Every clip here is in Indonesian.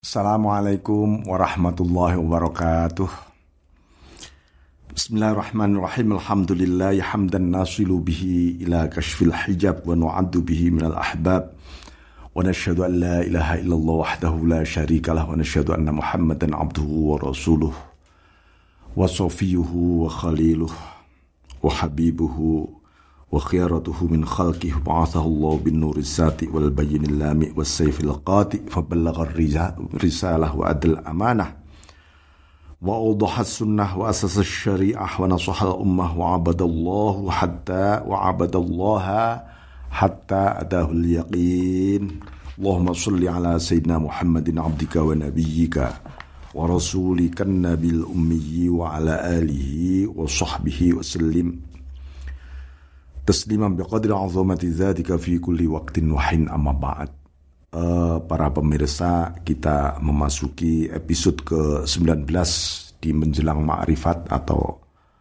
Assalamualaikum warahmatullahi wabarakatuh. Bismillahirrahmanirrahim. Alhamdulillah hamdan nasilu bihi ila kashfil hijab wa nu'addu bihi minal ahbab. Wa nashhadu an la ilaha illallah wahdahu la syarika lah wa nashhadu anna Muhammadan abduhu wa rasuluh wa safiyuhu wa khaliluh wa habibuhu wa khiyaratuhu min khalqihi ba'athahu Allah bin nuri sati wal bayyinil lami was sayfil qati fa ballagha risalah wa adal amanah wa awdaha sunnah wa asasa syariah wa nasaha al ummah wa abadallaha hatta adahu al yaqin. Allahumma salli ala sayyidina Muhammadin abdika wa nabiyyika wa rasulika nabil ummi wa ala alihi wa sahbihi wa sallim tasliman biqadri azamati dzatika fi kulli waqtin wa hin amma ba'd. Para pemirsa, kita memasuki episode ke-19 di menjelang ma'rifat atau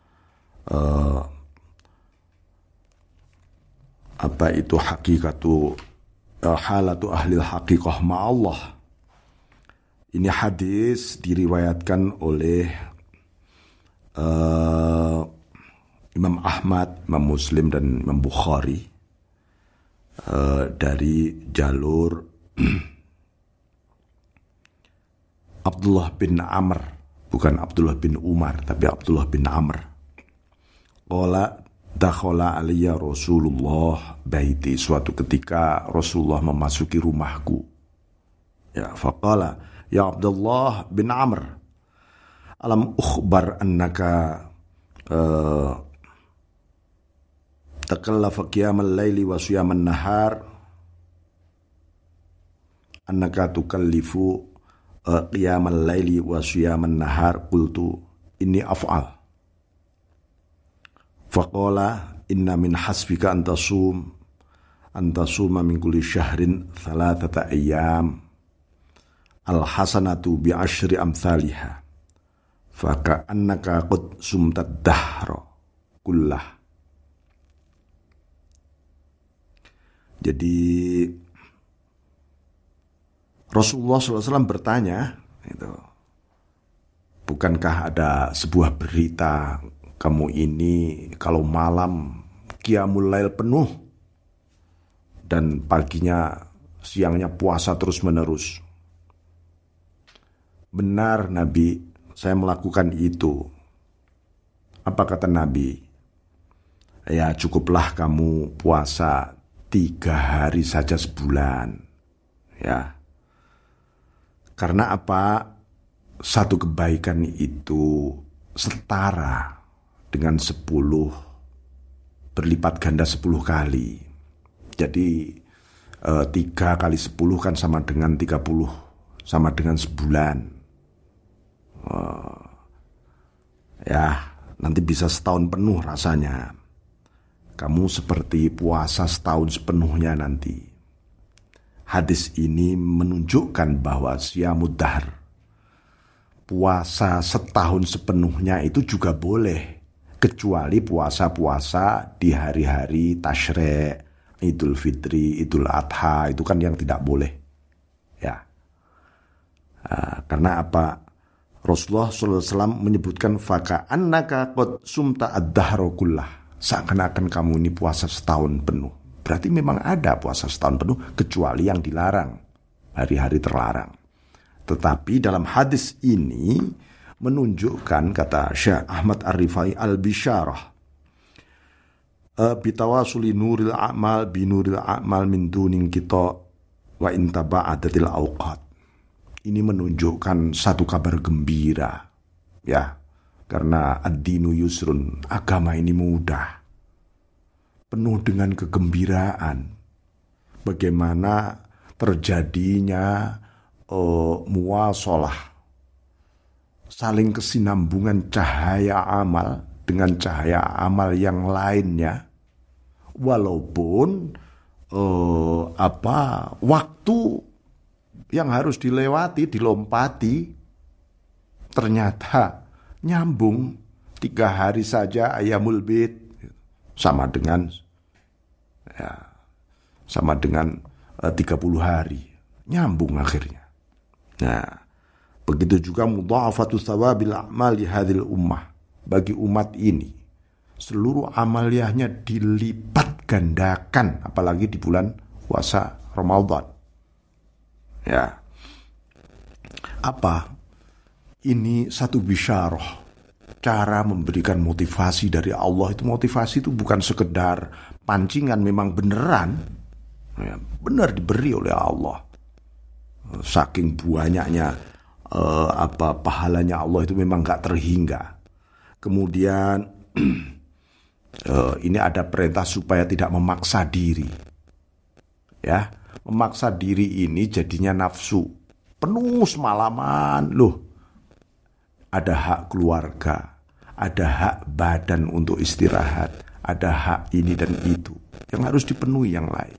apa itu hakikatu halatu ahlil haqiqah ma'allah. Ini hadis diriwayatkan oleh Imam Ahmad, Imam Muslim, dan Imam Bukhari dari jalur Abdullah bin Amr, bukan Abdullah bin Umar, tapi Abdullah bin Amr. Qala dakhala alayya Rasulullah baiti. Suatu ketika Rasulullah memasuki rumahku. Ya, faqala ya Abdullah bin Amr, alam ukhbar annaka takallafa qiyamal laili wa siyaman nahar, annaka tukallifu qiyamal laili wa siyaman nahar. Qultu inni af'al. Faqala inna min hasbika antasuma min kulli syahrin thalathata ayyam, al hasanatu bi asyri amthaliha, faka annaka qad sumtad dahra kullah. Jadi Rasulullah SAW bertanya, bukankah ada sebuah berita kamu ini kalau malam qiyamul lail penuh dan paginya siangnya puasa terus menerus? Benar Nabi, saya melakukan itu. Apa kata Nabi? Ya cukuplah kamu puasa 3 hari saja sebulan. Ya. Karena apa? Satu kebaikan itu setara dengan 10 berlipat ganda 10 kali. Jadi 3 kali 10 kan sama dengan 30, sama dengan sebulan. Ya, nanti bisa setahun penuh rasanya. Kamu seperti puasa setahun sepenuhnya nanti. Hadis ini menunjukkan bahwa siyamud dahr, puasa setahun sepenuhnya itu juga boleh, kecuali puasa-puasa di hari-hari tasyrik, Idul Fitri, Idul Adha, itu kan yang tidak boleh. Ya. Karena apa? Rasulullah SAW menyebutkan faka annaka qad sumta ad-dahra kullah. Seakan-akan kamu ini puasa setahun penuh. Berarti memang ada puasa setahun penuh, kecuali yang dilarang, hari-hari terlarang. Tetapi dalam hadis ini menunjukkan, kata Syekh Ahmad Ar-Rifai Al-Bisyarah, bitawasuli nuril a'mal binuril a'mal min dunin kita wa intaba'adatil awqat. Ini menunjukkan satu kabar gembira, ya. Karena ad-dinu yusrun, agama ini mudah, penuh dengan kegembiraan. Bagaimana terjadinya muwasalah, saling kesinambungan cahaya amal dengan cahaya amal yang lainnya, walaupun waktu yang harus dilewati, dilompati, ternyata nyambung. 3 hari saja ayamul bid sama dengan 30 hari, nyambung akhirnya. Nah, begitu juga mudha'afatu thawabil a'mal li hadhil ummah. Bagi umat ini, seluruh amaliyahnya dilipat gandakan, apalagi di bulan puasa Ramadan. Ya. Apa? Ini satu bisyarah. Cara memberikan motivasi dari Allah itu, motivasi itu bukan sekedar pancingan, memang beneran, ya, benar diberi oleh Allah. Saking banyaknya pahalanya Allah itu memang gak terhingga. Kemudian ini ada perintah supaya tidak memaksa diri. Ya, memaksa diri ini jadinya nafsu. Penuh semalaman loh. Ada hak keluarga, ada hak badan untuk istirahat, ada hak ini dan itu yang harus dipenuhi yang lain.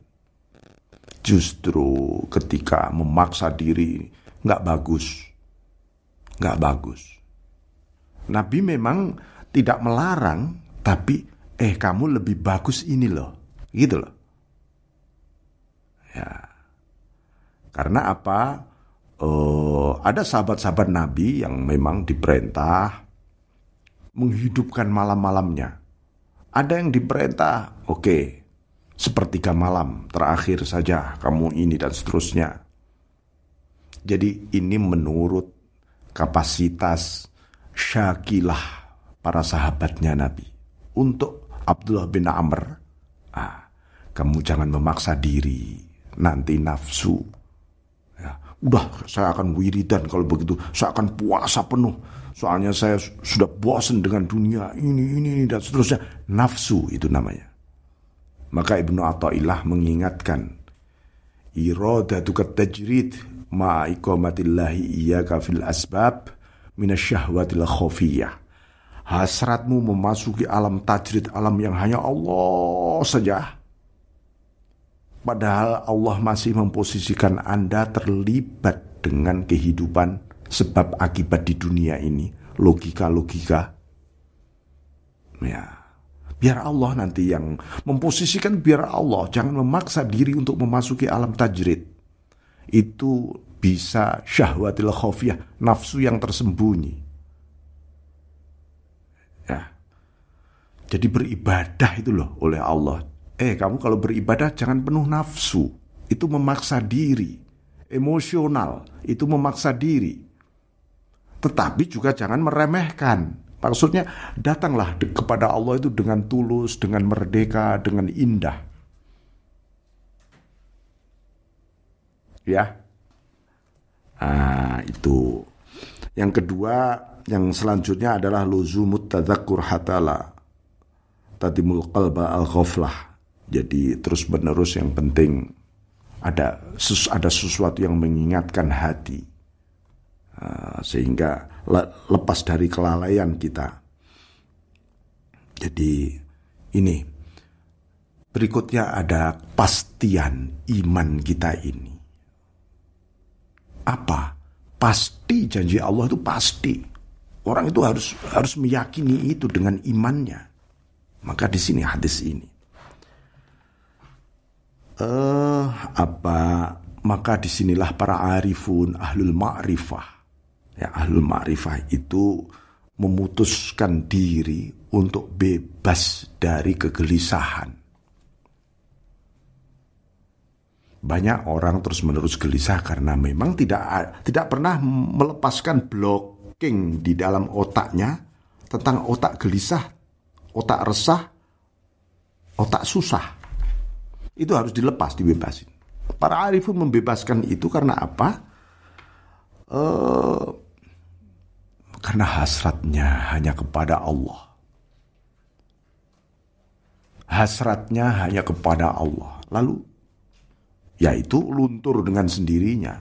Justru ketika memaksa diri nggak bagus. Nabi memang tidak melarang, tapi kamu lebih bagus ini loh, gitu loh. Ya, karena apa? Ada sahabat-sahabat Nabi yang memang diperintah menghidupkan malam-malamnya. Ada yang diperintah, sepertiga malam terakhir saja kamu ini dan seterusnya. Jadi ini menurut kapasitas syakilah para sahabatnya Nabi. Untuk Abdullah bin Amr, kamu jangan memaksa diri, nanti nafsu. Udah, saya akan wiridan kalau begitu. Saya akan puasa penuh. Soalnya saya sudah bosan dengan dunia ini dan seterusnya. Nafsu itu namanya. Maka Ibnu Athaillah mengingatkan, iradatuka tajrid ma'a iqamatillahi iyyaka fil asbab minasyahwatil khafiyah. Hasratmu memasuki alam tajrid, alam yang hanya Allah saja. Padahal Allah masih memposisikan Anda terlibat dengan kehidupan sebab akibat di dunia ini. Logika-logika. Ya, biar Allah nanti yang memposisikan, biar Allah. Jangan memaksa diri untuk memasuki alam tajrid. Itu bisa syahwatil khafiyah, nafsu yang tersembunyi. Ya. Jadi beribadah itu loh oleh Allah. Kamu kalau beribadah jangan penuh nafsu. Itu memaksa diri. Emosional, itu memaksa diri. Tetapi juga jangan meremehkan. Maksudnya datanglah kepada Allah itu dengan tulus, dengan merdeka, dengan indah. Ya. Itu. Yang kedua, yang selanjutnya adalah luzumut tadzakkur hatala tadimul qalba al-ghaflah. Jadi terus-menerus yang penting ada sesuatu yang mengingatkan hati, sehingga lepas dari kelalaian kita. Jadi ini berikutnya ada kepastian iman kita ini. Apa? Pasti janji Allah itu pasti. Orang itu harus meyakini itu dengan imannya. Maka di sini hadis ini. Maka disinilah para arifun, ahlul ma'rifah. Ya, ahlul ma'rifah itu memutuskan diri untuk bebas dari kegelisahan. Banyak orang terus-menerus gelisah karena memang tidak pernah melepaskan blocking di dalam otaknya tentang otak gelisah, otak resah, otak susah. Itu harus dilepas, dibebasin. Para arifun membebaskan itu karena apa? Karena hasratnya hanya kepada Allah. Hasratnya hanya kepada Allah. Lalu, yaitu luntur dengan sendirinya.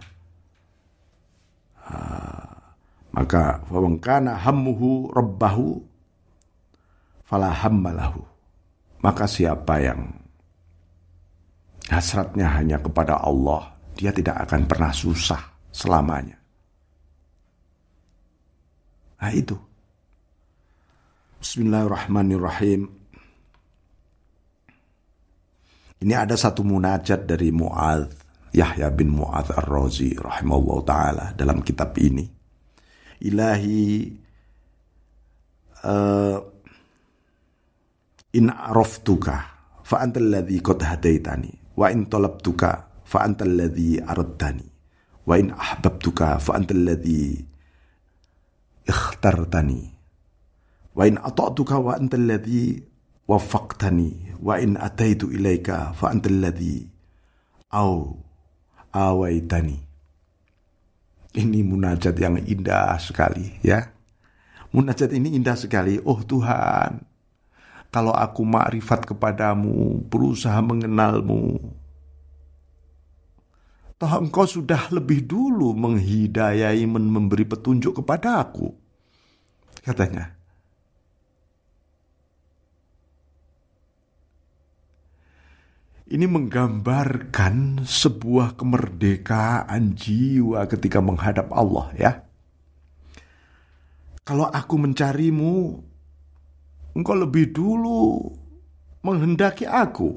Maka, wawangkana hammuhu rabbahu fala hammalahu. Maka siapa yang hasratnya hanya kepada Allah, dia tidak akan pernah susah selamanya. Nah itu. Bismillahirrahmanirrahim. Ini ada satu munajat dari Mu'adz Yahya bin Mu'adz Ar-Razi rahimahullah ta'ala dalam kitab ini. Ilahi in araftuka fa antal ladzi qad hadaitani wa in talabtuka fa antal ladzi aradtani wa in ahbabtuka fa antal ladzi ikhtartani wa in ata'tuka wa antal ladzi waffaqtani wa in ataitu ilaika fa antal ladzi awaitani. Ini munajat yang indah sekali ya. Munajat ini indah sekali. Oh Tuhan, kalau aku makrifat kepadamu, berusaha mengenalmu, toh engkau sudah lebih dulu menghidayai, memberi petunjuk kepada aku, katanya. Ini menggambarkan sebuah kemerdekaan jiwa ketika menghadap Allah ya. Kalau aku mencarimu, engkau lebih dulu menghendaki aku.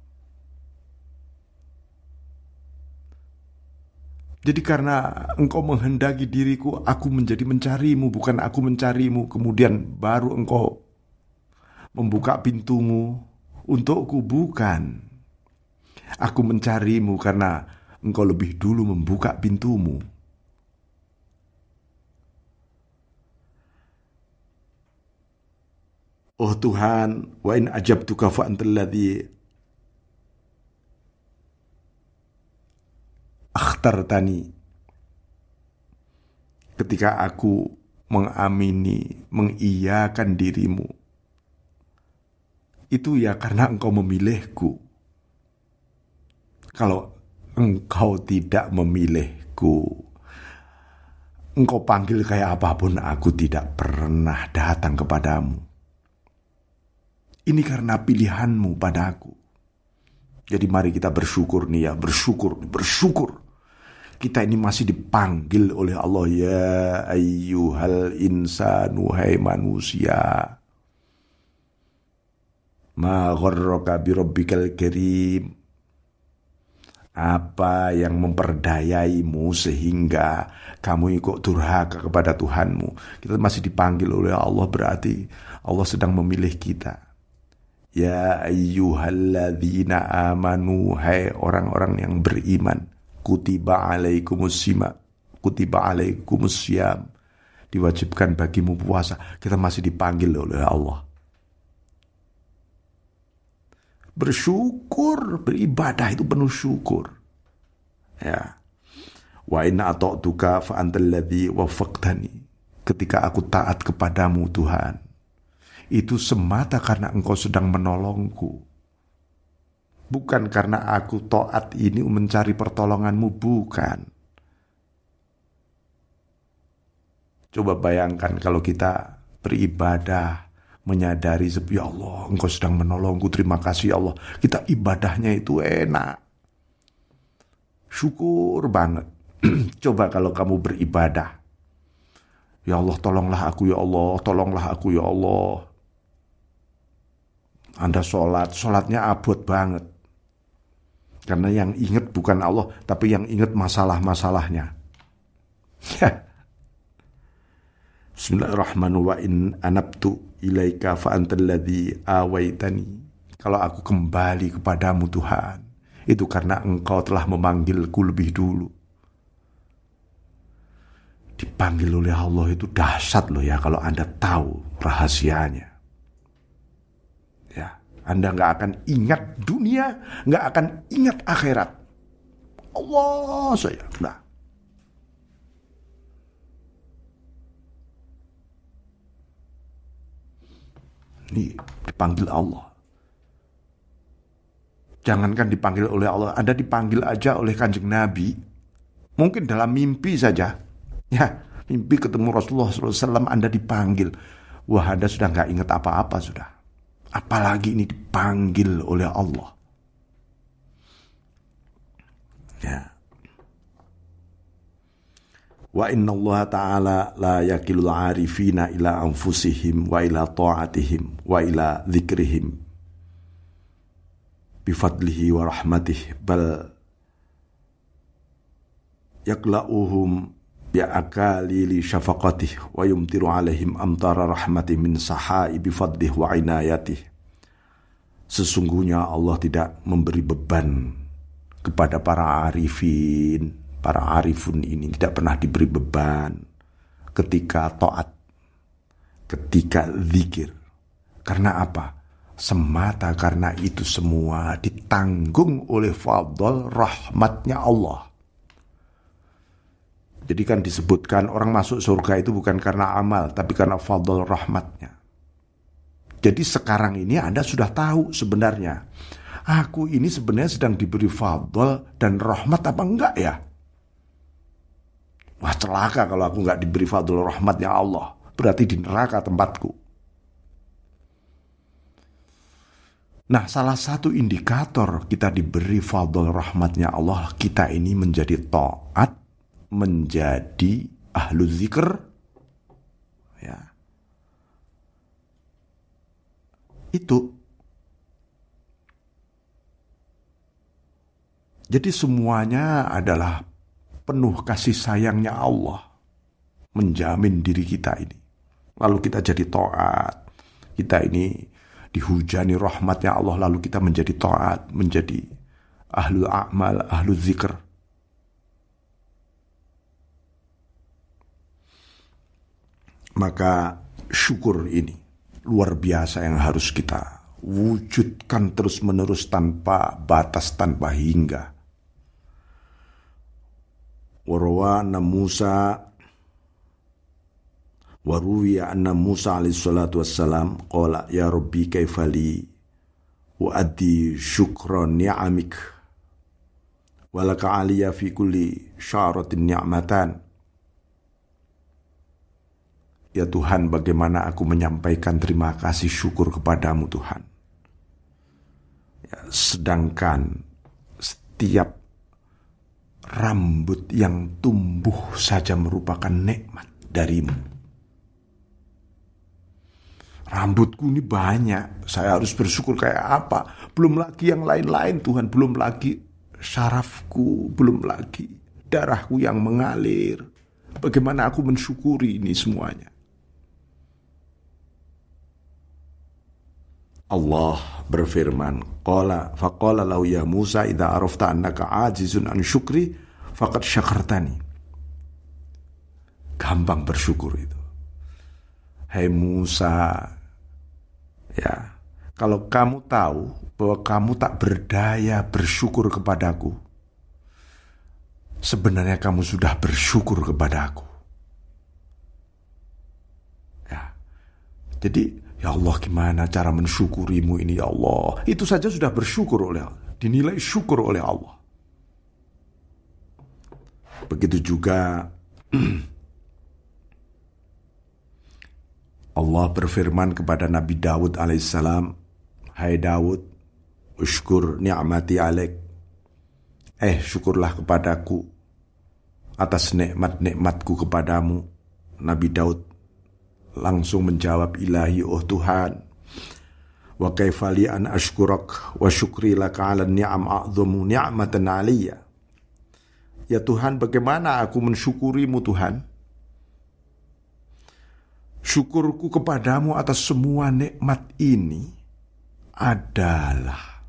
Jadi karena engkau menghendaki diriku, aku menjadi mencarimu, bukan aku mencarimu. Kemudian baru engkau membuka pintumu untukku, bukan. Aku mencarimu karena engkau lebih dulu membuka pintumu. Oh Tuhan, wa in ajabtuka fa antal ladzi akhtartani. Ketika aku mengamini, mengiyakan dirimu, itu ya karena engkau memilihku. Kalau engkau tidak memilihku, engkau panggil kayak apapun, aku tidak pernah datang kepadamu. Ini karena pilihanmu padaku. Jadi mari kita bersyukur nih ya, bersyukur. Kita ini masih dipanggil oleh Allah, ya ayyuhal insanu, hai manusia. Ma gharraka bi rabbikal karim. Apa yang memperdayaimu sehingga kamu ikut durhaka kepada Tuhanmu? Kita masih dipanggil oleh Allah, berarti Allah sedang memilih kita. Ya ayyuhalladzina amanu, hai orang-orang yang beriman, kutiba alaikumusiyam, diwajibkan bagimu puasa. Kita masih dipanggil oleh Allah. Bersyukur, beribadah itu penuh syukur. Ya. Wa inna ata'tuka fa antal ladzi waffaqtani. Ketika aku taat kepadamu Tuhan, itu semata karena engkau sedang menolongku. Bukan karena aku taat ini mencari pertolonganmu, bukan. Coba bayangkan kalau kita beribadah, menyadari, ya Allah, engkau sedang menolongku, terima kasih Allah. Kita ibadahnya itu enak. Syukur banget. Coba kalau kamu beribadah, ya Allah tolonglah aku ya Allah, tolonglah aku ya Allah. Anda sholatnya abot banget. Karena yang ingat bukan Allah, tapi yang ingat masalah-masalahnya. Bismillahirrahmanirrahim. Wa in anabtu ilaika fa antal ladzi awaitani. Kalau aku kembali kepadamu Tuhan, itu karena engkau telah memanggilku lebih dulu. Dipanggil oleh Allah itu dahsyat loh ya, kalau Anda tahu rahasianya. Ya, Anda gak akan ingat dunia, gak akan ingat akhirat. Allah saya. Nah, ini dipanggil Allah. Jangankan dipanggil oleh Allah, Anda dipanggil aja oleh Kanjeng Nabi. Mungkin dalam mimpi saja. Ya, mimpi ketemu Rasulullah SAW, Anda dipanggil. Wah, Anda sudah gak ingat apa-apa sudah. Apalagi ini dipanggil oleh Allah. Ya. Wa inna Allah ta'ala la yakilul arifina ila anfusihim wa ila ta'atihim wa ila dzikrihim bifadlihi wa rahmatih bal yakla'uhum bi'akali li syafaqatih wa yumtiru alaihim amtara rahmatih min sahaibi fadlih wa inayatih. Sesungguhnya Allah tidak memberi beban kepada para arifin. Para arifun ini tidak pernah diberi beban ketika taat, ketika zikir. Karena apa? Semata karena itu semua ditanggung oleh fadl rahmatnya Allah. Jadi kan disebutkan orang masuk surga itu bukan karena amal, tapi karena fadl rahmatnya. Jadi sekarang ini Anda sudah tahu sebenarnya, aku ini sebenarnya sedang diberi fadl dan rahmat apa enggak ya? Wah, celaka kalau aku enggak diberi fadl rahmatnya Allah. Berarti di neraka tempatku. Nah, salah satu indikator kita diberi fadl rahmatnya Allah, kita ini menjadi taat, menjadi ahlu zikr, ya. Itu. Jadi semuanya adalah penuh kasih sayangnya Allah menjamin diri kita ini. Lalu kita jadi taat. Kita ini dihujani rahmatnya Allah, lalu kita menjadi taat, menjadi ahlul a'mal, ahlul zikr. Maka syukur ini luar biasa yang harus kita wujudkan terus-menerus tanpa batas, tanpa hingga. Warawana Musa Waruwiya anna Musa alaihi salatu wassalam qala ya Rabbi kaifali uaddi syukran ni'amik walaka aliyya fi kulli syaratin ni'matan. Ya Tuhan, bagaimana aku menyampaikan terima kasih syukur kepadamu Tuhan, ya, sedangkan setiap rambut yang tumbuh saja merupakan nikmat darimu. Rambutku ini banyak, saya harus bersyukur kayak apa? Belum lagi yang lain-lain Tuhan, belum lagi syarafku, belum lagi darahku yang mengalir. Bagaimana aku mensyukuri ini semuanya? Allah berfirman, faqala lahu ya Musa idza arafta annaka ajizun an syukri faqad syakartani. Gampang bersyukur itu. Hai Musa, ya, kalau kamu tahu bahwa kamu tak berdaya bersyukur kepadaku, sebenarnya kamu sudah bersyukur kepadaku. Ya. Jadi, ya Allah, gimana cara mensyukurimu ini ya Allah? Itu saja sudah bersyukur oleh Allah, dinilai syukur oleh Allah. Begitu juga Allah berfirman kepada Nabi Daud alaihissalam, hai Daud, usykur ni'mati alaik. Syukurlah kepadaku atas nikmat-nikmatku kepadamu. Nabi Daud langsung menjawab, ilahi oh Tuhan, wa kaifali an ashkurak wa syukri laka ala ni'am a'zamu ni'matan aliyya. Ya Tuhan, bagaimana aku mensyukurimu Tuhan? Syukurku kepadamu atas semua nikmat ini adalah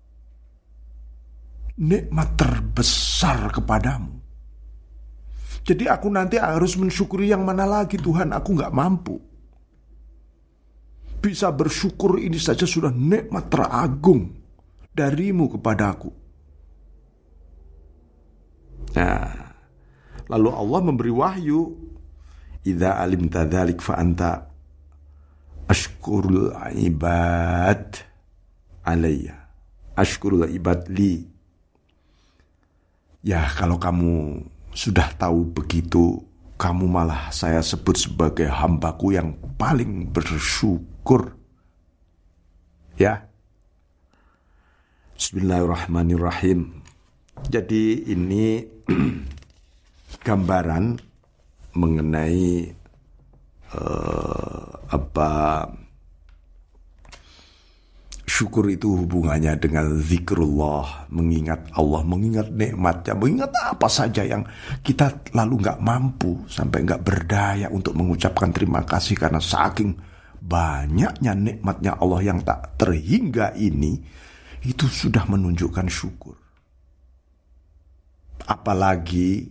nikmat terbesar kepadamu. Jadi aku nanti harus mensyukuri yang mana lagi Tuhan? Aku gak mampu. Bisa bersyukur ini saja sudah nikmat teragung darimu kepadaku. Nah, lalu Allah memberi wahyu, idza alimta dzalik fa anta ashkurul ibad alayya, ashkurul ibad li. Ya, kalau kamu sudah tahu begitu, kamu malah saya sebut sebagai hambaku yang paling bersyukur. Ya. Bismillahirrahmanirrahim. Jadi ini gambaran mengenai Syukur itu hubungannya dengan zikrullah, mengingat Allah, mengingat nikmatnya, mengingat apa saja yang kita lalu gak mampu, sampai gak berdaya untuk mengucapkan terima kasih karena saking banyaknya nikmatnya Allah yang tak terhingga ini, itu sudah menunjukkan syukur. Apalagi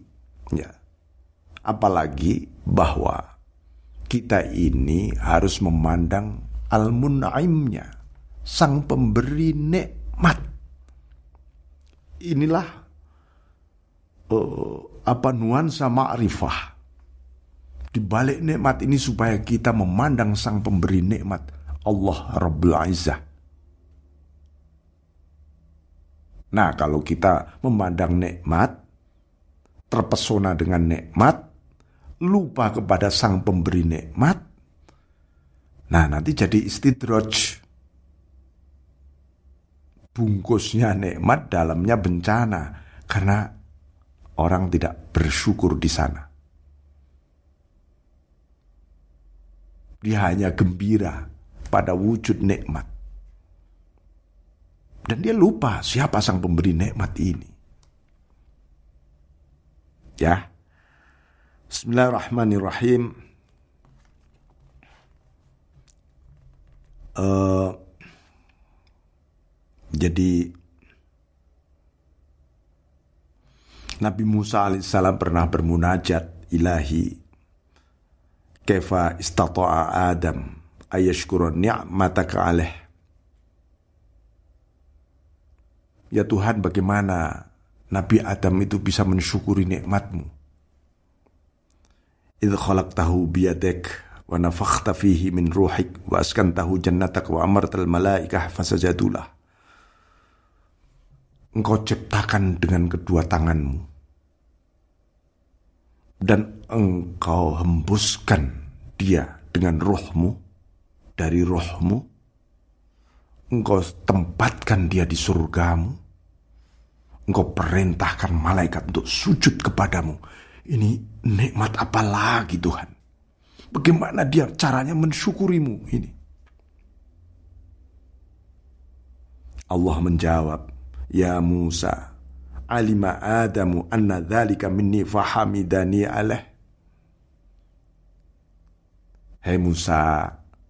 bahwa kita ini harus memandang al-mun'imnya, sang pemberi nikmat. Inilah nuansa ma'rifah di balik nikmat ini, supaya kita memandang sang pemberi nikmat, Allah Rabbul Izzah. Nah, kalau kita memandang nikmat, terpesona dengan nikmat, lupa kepada sang pemberi nikmat, nah nanti jadi istidraj. Bungkusnya nikmat, dalamnya bencana, karena orang tidak bersyukur di sana. Dia hanya gembira pada wujud nikmat, dan dia lupa siapa sang pemberi nikmat ini. Ya, Bismillahirrahmanirrahim. Jadi Nabi Musa alaihissalam pernah bermunajat, ilahi kaifa istata'a Adam ayashkura ni'mataka alaih. Ya Tuhan, bagaimana Nabi Adam itu bisa mensyukuri nikmatmu? Idh khalaqtahu biyadik wa nafakhta fihi min ruhik wa askantahu jannatak wa amartal malaikah fasajadulah. Engkau ciptakan dengan kedua tanganmu, dan engkau hembuskan dia dengan rohmu, dari rohmu. Engkau tempatkan dia di surgamu. Engkau perintahkan malaikat untuk sujud kepadamu. Ini nikmat apa lagi Tuhan? Bagaimana dia caranya mensyukurimu ini? Allah menjawab, ya Musa, alima Adamu anna dzalika minni fahamidani alaih. Hai Musa,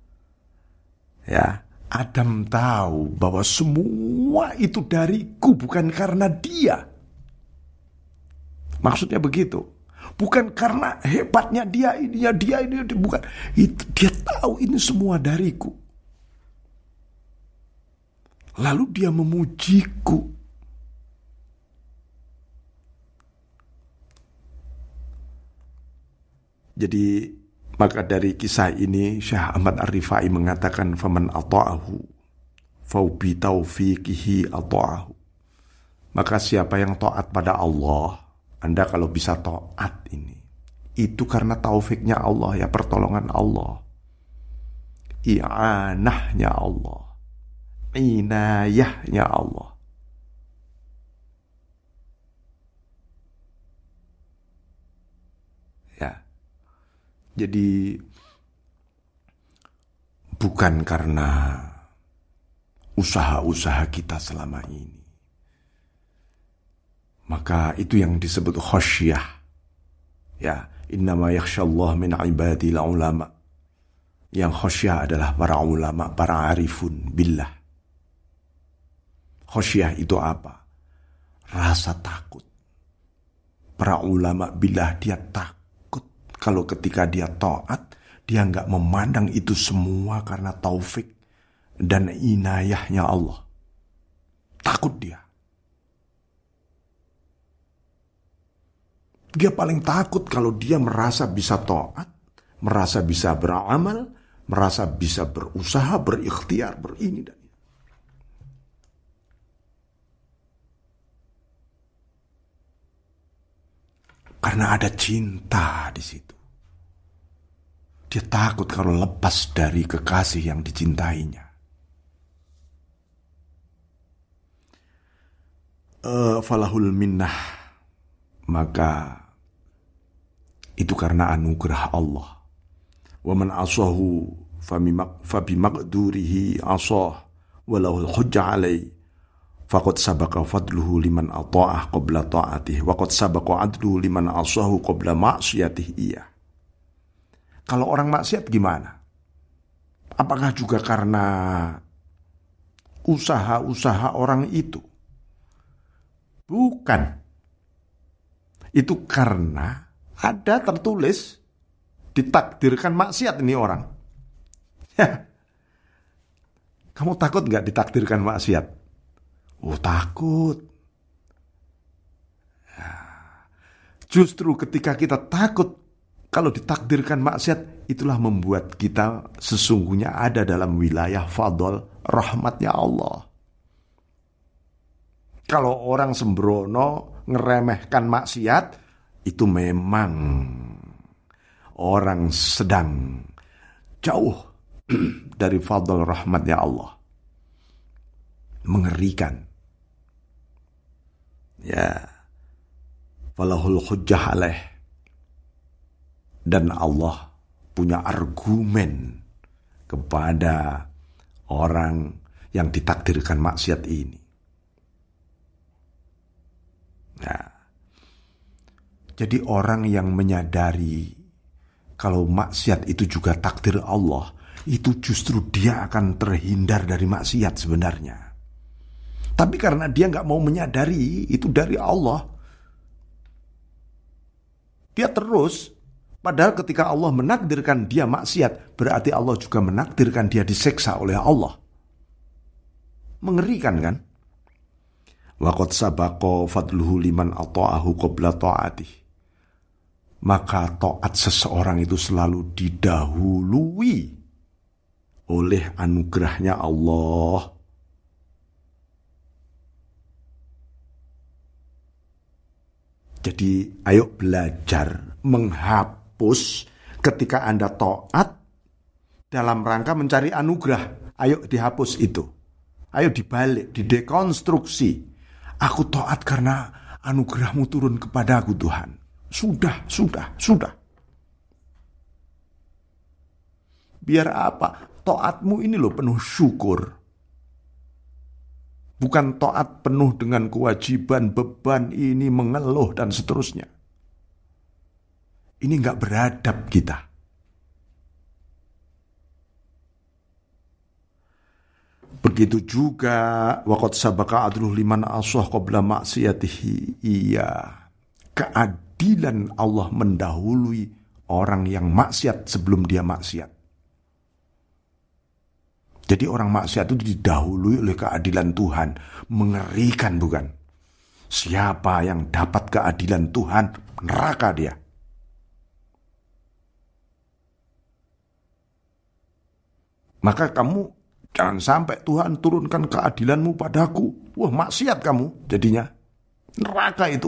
ya, Adam tahu bahwa semua itu dariku, bukan karena dia. Maksudnya begitu. Bukan karena hebatnya dia ini, bukan. Itu, dia tahu ini semua dariku. Lalu dia memujiku. Jadi maka dari kisah ini Syekh Ahmad Ar-Rifai mengatakan, faman ata'ahu faubi taufiqihi ata'ahu. Maka siapa yang taat pada Allah, Anda kalau bisa taat ini, itu karena taufiknya Allah, ya, pertolongan Allah, i'anahnya Allah, inayahnya Allah. Ya. Jadi bukan karena usaha-usaha kita selama ini. Maka itu yang disebut khasyah. Ya, innama yakhsyallah min ibadil ulama. Yang khasyah adalah para ulama, para arifun billah. Khasyah itu apa? Rasa takut. Para ulama billah, dia takut kalau ketika dia taat, dia enggak memandang itu semua karena taufik dan inayahnya Allah. Takut dia. Dia paling takut kalau dia merasa bisa taat, merasa bisa beramal, merasa bisa berusaha, berikhtiar, berini dan ini. Karena ada cinta di situ. Dia takut kalau lepas dari kekasih yang dicintainya. Falahul minnah, maka itu karena anugerah Allah. Wa man asahu fabi maqdurihi asah walahul hujjah alaih faqad sabaqa fadluhu liman ata'ah qabla ta'atih wa qad sabaqa adluhu liman asahu qabla ma'siyatih iya. Kalau orang maksiat gimana? Apakah juga karena usaha-usaha orang itu? Bukan. Itu karena ada tertulis ditakdirkan maksiat ini orang. Ya. Kamu takut gak ditakdirkan maksiat? Oh, takut. Ya. Justru ketika kita takut kalau ditakdirkan maksiat, itulah membuat kita sesungguhnya ada dalam wilayah fadl rahmatnya Allah. Kalau orang sembrono ngeremehkan maksiat, itu memang orang sedang jauh dari fadl rahmatnya Allah. Mengerikan. Ya. Walahul hujjah alaih. Dan Allah punya argumen kepada orang yang ditakdirkan maksiat ini. Nah, jadi orang yang menyadari kalau maksiat itu juga takdir Allah, itu justru dia akan terhindar dari maksiat sebenarnya. Tapi karena dia gak mau menyadari itu dari Allah, dia terus. Padahal ketika Allah menakdirkan dia maksiat, berarti Allah juga menakdirkan dia diseksa oleh Allah. Mengerikan kan? Wa qad sabaqa fadluhu liman ata'ahu qabla ta'atih. Maka taat seseorang itu selalu didahului oleh anugerahnya Allah. Jadi ayo belajar menghapus ketika Anda taat dalam rangka mencari anugerah. Ayo dihapus itu. Ayo dibalik, didekonstruksi. Aku taat karena anugerahmu turun kepadaku Tuhan. Sudah. Biar apa? Taatmu ini loh penuh syukur. Bukan taat penuh dengan kewajiban, beban, ini mengeluh dan seterusnya. Ini gak beradab kita. Begitu juga waqad sabaqa adluhu liman asah qabla maksiyatihi. Iya. Keadilan Allah mendahului orang yang maksiat sebelum dia maksiat. Jadi orang maksiat itu didahului oleh keadilan Tuhan. Mengerikan bukan? Siapa yang dapat keadilan Tuhan, neraka dia. Maka kamu jangan sampai Tuhan turunkan keadilanmu padaku. Wah, maksiat kamu jadinya. Neraka itu.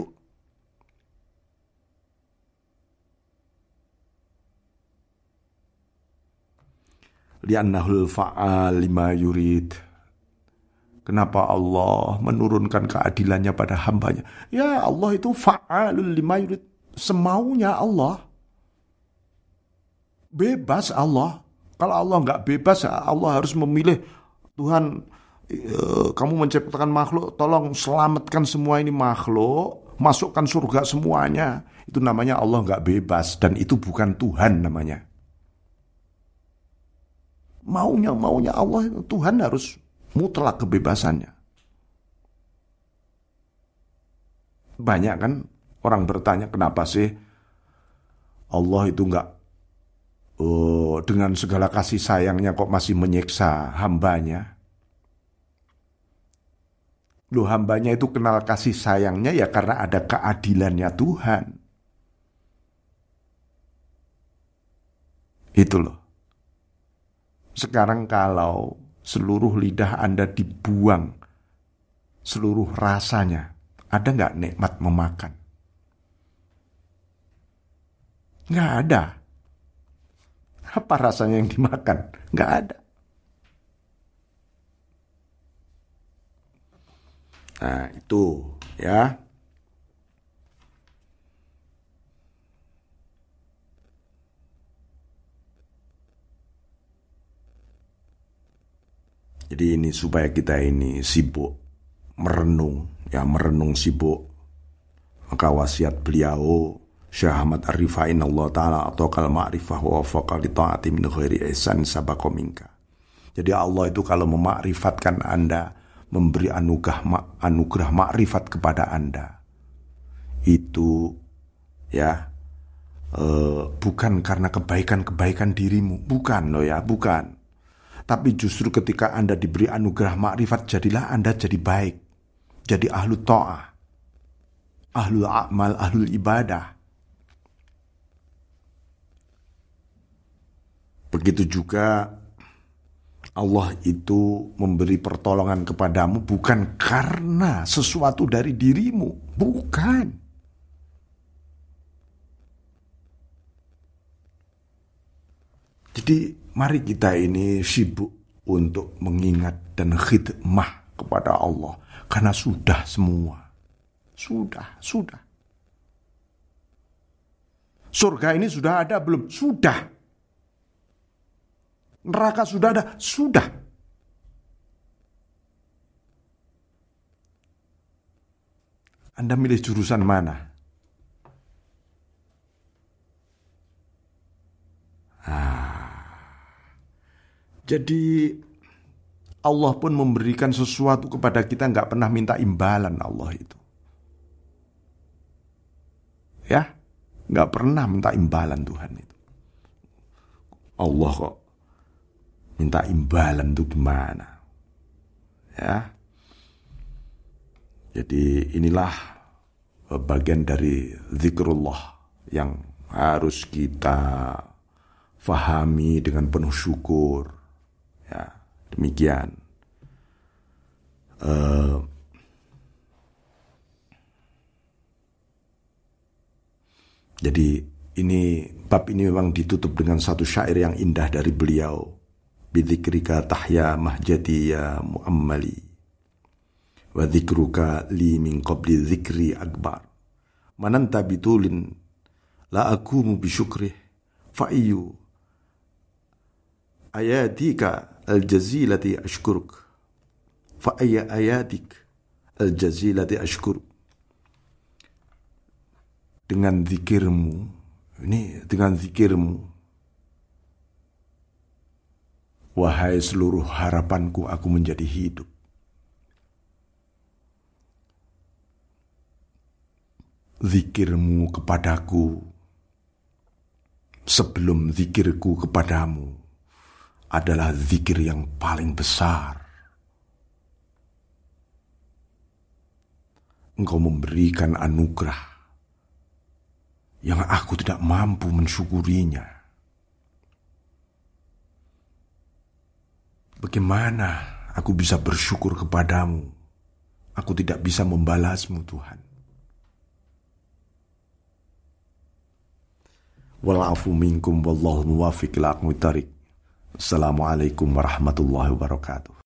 Li'annahul fa'al lima yurid. Kenapa Allah menurunkan keadilannya pada hambanya? Ya, Allah itu fa'alul lima yurid. Semaunya Allah. Bebas Allah. Kalau Allah nggak bebas, Allah harus memilih. Tuhan, kamu menciptakan makhluk, tolong selamatkan semua ini makhluk, masukkan surga semuanya. Itu namanya Allah nggak bebas, dan itu bukan Tuhan namanya. Maunya Allah, Tuhan harus mutlak kebebasannya. Banyak kan orang bertanya, kenapa sih Allah itu nggak dengan segala kasih sayangnya kok masih menyiksa hambanya? Loh, hambanya itu kenal kasih sayangnya ya karena ada keadilannya Tuhan. Itu loh. Sekarang kalau seluruh lidah Anda dibuang, seluruh rasanya, ada nggak nikmat memakan? Nggak ada. Apa rasanya yang dimakan? Nggak ada. Nah, itu ya. Jadi ini supaya kita ini sibuk merenung, merenung sibuk. Maka wasiat beliau Syekh Ahmad Ar-Rifai Allah Ta'ala atau kal ma'rifah wa wafaqa li ta'ati min khairi ihsan sabaqa minka. Jadi Allah itu kalau memakrifatkan Anda, memberi anugerah makrifat kepada Anda, itu bukan karena kebaikan-kebaikan dirimu, bukan bukan. Tapi justru ketika Anda diberi anugerah makrifat, jadilah Anda jadi baik, jadi ahlu ta'ah, ahlul amal, ahlul ibadah. Begitu juga Allah itu memberi pertolongan kepadamu bukan karena sesuatu dari dirimu, bukan. Jadi mari kita ini sibuk untuk mengingat dan khidmah kepada Allah. Karena sudah semua. Sudah. Surga ini sudah ada belum? Sudah. Neraka sudah ada? Sudah. Anda milih jurusan mana? Jadi Allah pun memberikan sesuatu kepada kita, gak pernah minta imbalan Allah itu. Gak pernah minta imbalan Tuhan itu. Allah kok minta imbalan itu gimana? Jadi inilah bagian dari zikrullah yang harus kita fahami dengan penuh syukur. Demikian. Jadi bab ini memang ditutup dengan satu syair yang indah dari beliau. Bidzikrika tahya mahjati ya muammali wa dzikruka li min qabli dzikri akbar. Mananta bitulin la akumu bisyukrih fa iyu ayatika al-jazilati ashkuruk fa ayya ayatik al-jazilati ashkuruk. Dengan zikirmu, wahai seluruh harapanku, aku menjadi hidup. Zikirmu kepadaku sebelum zikirku kepadamu adalah zikir yang paling besar. Engkau memberikan anugerah yang aku tidak mampu mensyukurinya. Bagaimana aku bisa bersyukur kepadamu? Aku tidak bisa membalasmu, Tuhan. Wal-afu minkum wallahu muwaffiq ila aqwamit thariq. Assalamualaikum warahmatullahi wabarakatuh.